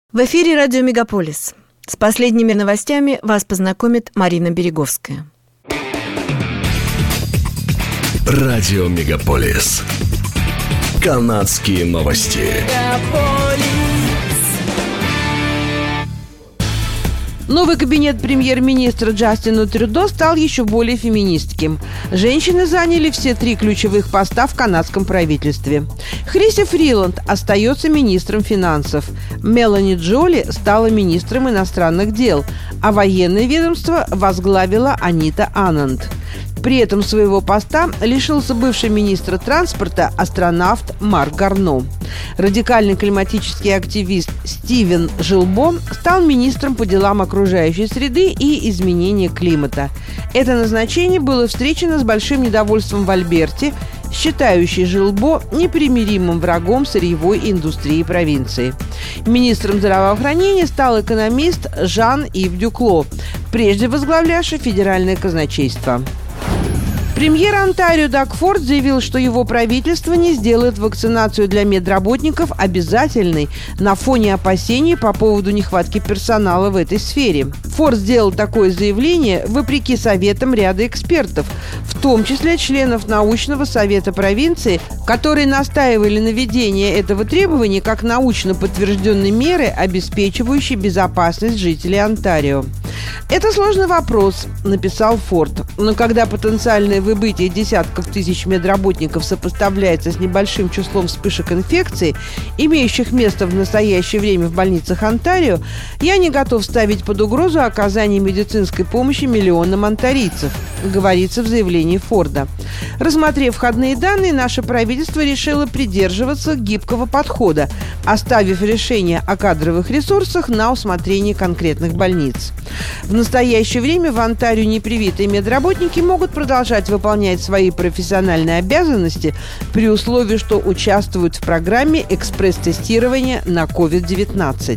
В эфире радио «Мегаполис». С последними новостями вас познакомит Марина Береговская. Радио «Мегаполис». Канадские новости. Новый кабинет премьер-министра Джастина Трюдо стал еще более феминистским. Женщины заняли все 3 ключевых поста в канадском правительстве. Хриси Фриланд остается министром финансов. Мелани Джоли стала министром иностранных дел, а военное ведомство возглавила Анита Ананд. При этом своего поста лишился бывший министр транспорта, астронавт Марк Гарно. Радикальный климатический активист Стивен Жилбо стал министром по делам окружающей среды и изменения климата. Это назначение было встречено с большим недовольством в Альберте, считающий Жилбо непримиримым врагом сырьевой индустрии провинции. Министром здравоохранения стал экономист Жан-Ив Дюкло, прежде возглавлявший федеральное казначейство. Премьер Онтарио Даг Форд заявил, что его правительство не сделает вакцинацию для медработников обязательной на фоне опасений по поводу нехватки персонала в этой сфере. Форд сделал такое заявление вопреки советам ряда экспертов, в том числе членов научного совета провинции, которые настаивали на введении этого требования как научно подтвержденной меры, обеспечивающей безопасность жителей Онтарио. «Это сложный вопрос», – написал Форд. «Но когда потенциальное выбытие десятков тысяч медработников сопоставляется с небольшим числом вспышек инфекции, имеющих место в настоящее время в больницах Онтарио, я не готов ставить под угрозу оказание медицинской помощи миллионам онтарийцев», – говорится в заявлении Форда. Рассмотрев входные данные, наше правительство решило придерживаться гибкого подхода, оставив решение о кадровых ресурсах на усмотрение конкретных больниц. В настоящее время в Онтарио непривитые медработники могут продолжать выполнять свои профессиональные обязанности при условии, что участвуют в программе экспресс-тестирования на COVID-19.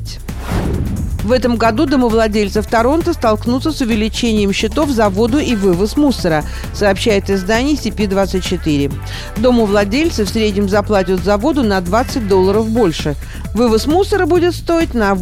В этом году домовладельцы в Торонто столкнутся с увеличением счетов за воду и вывоз мусора, сообщает издание CP24. Домовладельцы в среднем заплатят за воду на $20 больше. Вывоз мусора будет стоить на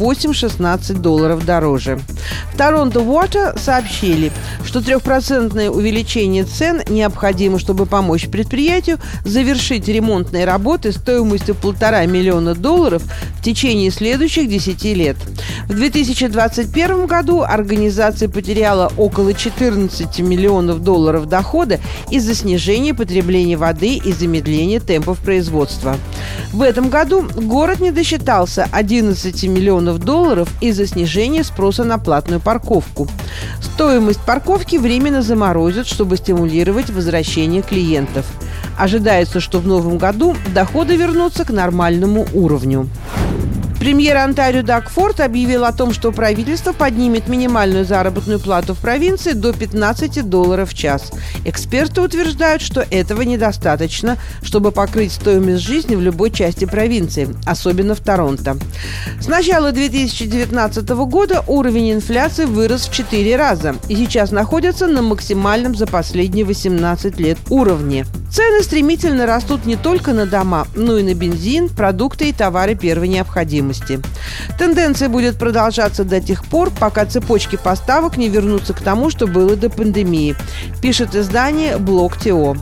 $8-16 дороже. В Toronto Water сообщили, что 3% увеличение цен необходимо, чтобы помочь предприятию завершить ремонтные работы стоимостью $1,5 миллиона в течение следующих 10 лет. В 2021 году организация потеряла около $14 миллионов дохода из-за снижения потребления воды и замедления темпов производства. В этом году город не досчитался $11 миллионов из-за снижения спроса на платную парковку. Стоимость парковки временно заморозят, чтобы стимулировать возвращение клиентов. Ожидается, что в новом году доходы вернутся к нормальному уровню. Премьер Онтарио Даг Форд объявил о том, что правительство поднимет минимальную заработную плату в провинции до $15 в час. Эксперты утверждают, что этого недостаточно, чтобы покрыть стоимость жизни в любой части провинции, особенно в Торонто. С начала 2019 года уровень инфляции вырос в 4 раза и сейчас находится на максимальном за последние 18 лет уровне. Цены стремительно растут не только на дома, но и на бензин, продукты и товары первой необходимости. Тенденция будет продолжаться до тех пор, пока цепочки поставок не вернутся к тому, что было до пандемии, пишет издание Блок.то.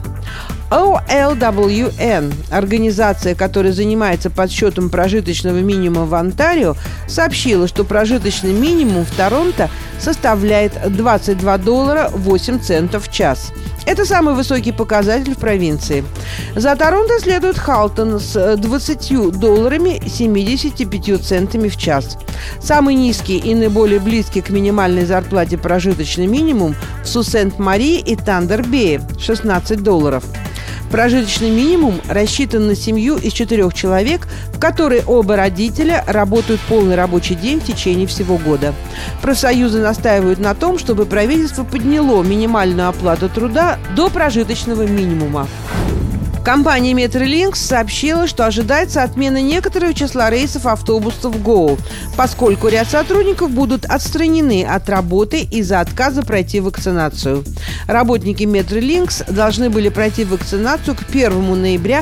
OLWN, организация, которая занимается подсчетом прожиточного минимума в Онтарио, сообщила, что прожиточный минимум в Торонто составляет $22.08 в час. Это самый высокий показатель в провинции. За Торонто следует Халтон с $20.75 в час. Самый низкий и наиболее близкий к минимальной зарплате прожиточный минимум в Су-Сент-Мари и Тандер-Бее – $16. Прожиточный минимум рассчитан на семью из 4 человек, в которой оба родителя работают полный рабочий день в течение всего года. Профсоюзы настаивают на том, чтобы правительство подняло минимальную оплату труда до прожиточного минимума. Компания Metrolinx сообщила, что ожидается отмена некоторого числа рейсов автобусов GO, поскольку ряд сотрудников будут отстранены от работы из-за отказа пройти вакцинацию. Работники Metrolinx должны были пройти вакцинацию к 1 ноября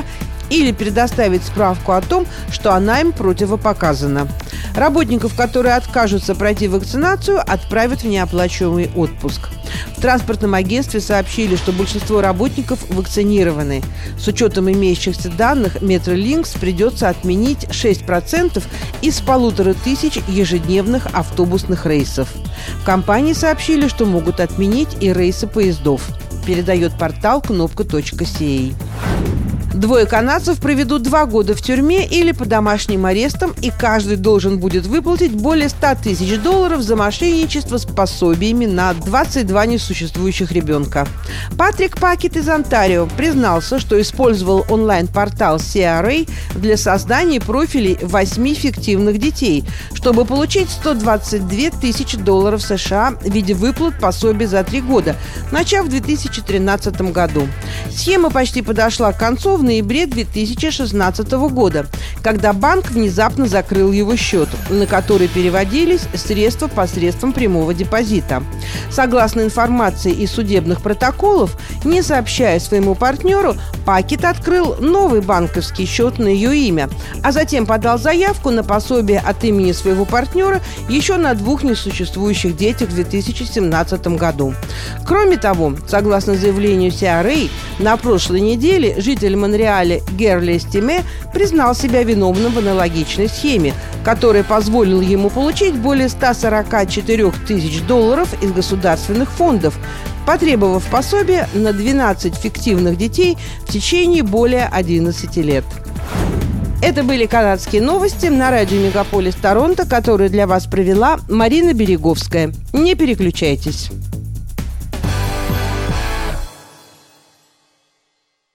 или предоставить справку о том, что она им противопоказана. Работников, которые откажутся пройти вакцинацию, отправят в неоплачиваемый отпуск. В транспортном агентстве сообщили, что большинство работников вакцинированы. С учетом имеющихся данных, Metrolinx придется отменить 6% из 1500 ежедневных автобусных рейсов. В компании сообщили, что могут отменить и рейсы поездов. Передает портал knopka.ca. 2 канадцев проведут 2 года в тюрьме или под домашним арестом, и каждый должен будет выплатить более $100 000 за мошенничество с пособиями на 22 несуществующих ребенка. Патрик Пакет из Онтарио признался, что использовал онлайн-портал CRA для создания профилей 8 фиктивных детей, чтобы получить $122 000 США в виде выплат пособий за 3 года, начав в 2013 году. Схема почти подошла к концу в ноябре 2016 года, когда банк внезапно закрыл его счет, на который переводились средства посредством прямого депозита. Согласно информации из судебных протоколов, не сообщая своему партнеру, Пакет открыл новый банковский счет на ее имя, а затем подал заявку на пособие от имени своего партнера еще на 2 несуществующих детях в 2017 году. Кроме того, согласно заявлению CRA, на прошлой неделе житель Монреаля Герли Стиме признал себя виновным в аналогичной схеме, которая позволила ему получить более $144 000 из государственных фондов, потребовав пособие на 12 фиктивных детей в течение более 11 лет. Это были канадские новости на радио Мегаполис Торонто, которые для вас провела Марина Береговская. Не переключайтесь.